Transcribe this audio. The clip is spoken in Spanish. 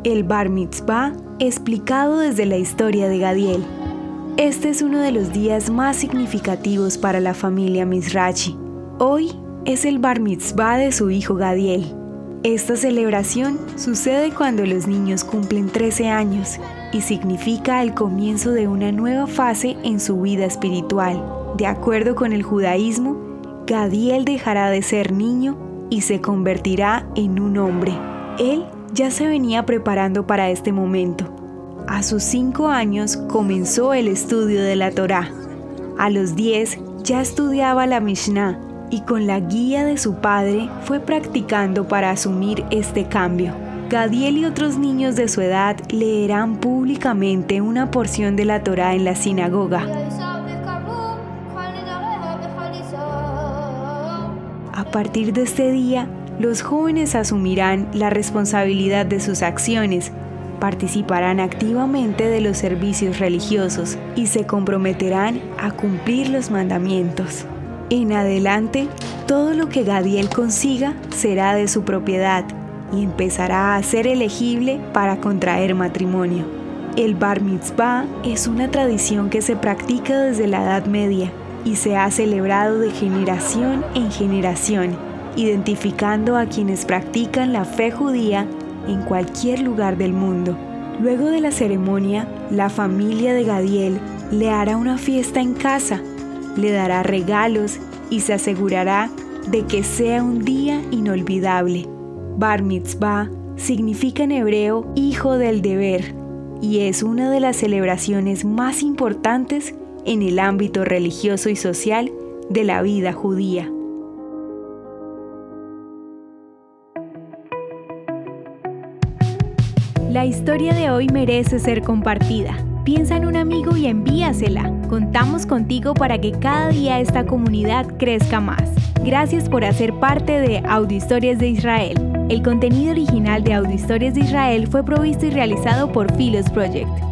El Bar Mitzvah explicado desde la historia de Gadiel. Este es uno de los días más significativos para la familia Mizrachi. Hoy es el Bar Mitzvah de su hijo Gadiel. Esta celebración sucede cuando los niños cumplen 13 años y significa el comienzo de una nueva fase en su vida espiritual. De acuerdo con el judaísmo, Gadiel dejará de ser niño y se convertirá en un hombre. Él ya se venía preparando para este momento. A sus 5 años comenzó el estudio de la Torá. A los 10 ya estudiaba la Mishnah y con la guía de su padre fue practicando para asumir este cambio. Gadiel y otros niños de su edad leerán públicamente una porción de la Torá en la sinagoga. A partir de este día, los jóvenes asumirán la responsabilidad de sus acciones, participarán activamente de los servicios religiosos y se comprometerán a cumplir los mandamientos. En adelante, todo lo que Gadiel consiga será de su propiedad y empezará a ser elegible para contraer matrimonio. El Bar Mitzvah es una tradición que se practica desde la Edad Media y se ha celebrado de generación en generación, identificando a quienes practican la fe judía en cualquier lugar del mundo. Luego de la ceremonia, la familia de Gadiel le hará una fiesta en casa, le dará regalos y se asegurará de que sea un día inolvidable. Bar Mitzvah significa en hebreo hijo del deber y es una de las celebraciones más importantes en el ámbito religioso y social de la vida judía. La historia de hoy merece ser compartida. Piensa en un amigo y envíasela. Contamos contigo para que cada día esta comunidad crezca más. Gracias por hacer parte de Audiohistorias de Israel. El contenido original de Audiohistorias de Israel fue provisto y realizado por Philos Project.